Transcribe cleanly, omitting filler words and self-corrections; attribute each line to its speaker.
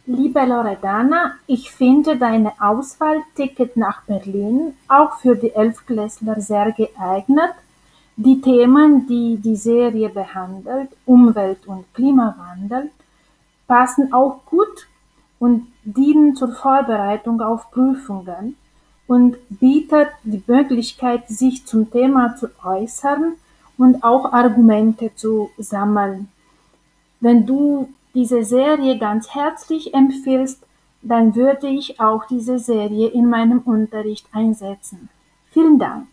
Speaker 1: Liebe Loredana, ich finde deine Auswahl Ticket nach Berlin auch für die Elftklässler sehr geeignet. Die Themen, die die Serie behandelt, Umwelt und Klimawandel, passen auch gut und dienen zur Vorbereitung auf Prüfungen und bietet die Möglichkeit, sich zum Thema zu äußern und auch Argumente zu sammeln. Wenn du diese Serie ganz herzlich empfiehlst, dann würde ich auch diese Serie in meinem Unterricht einsetzen. Vielen Dank.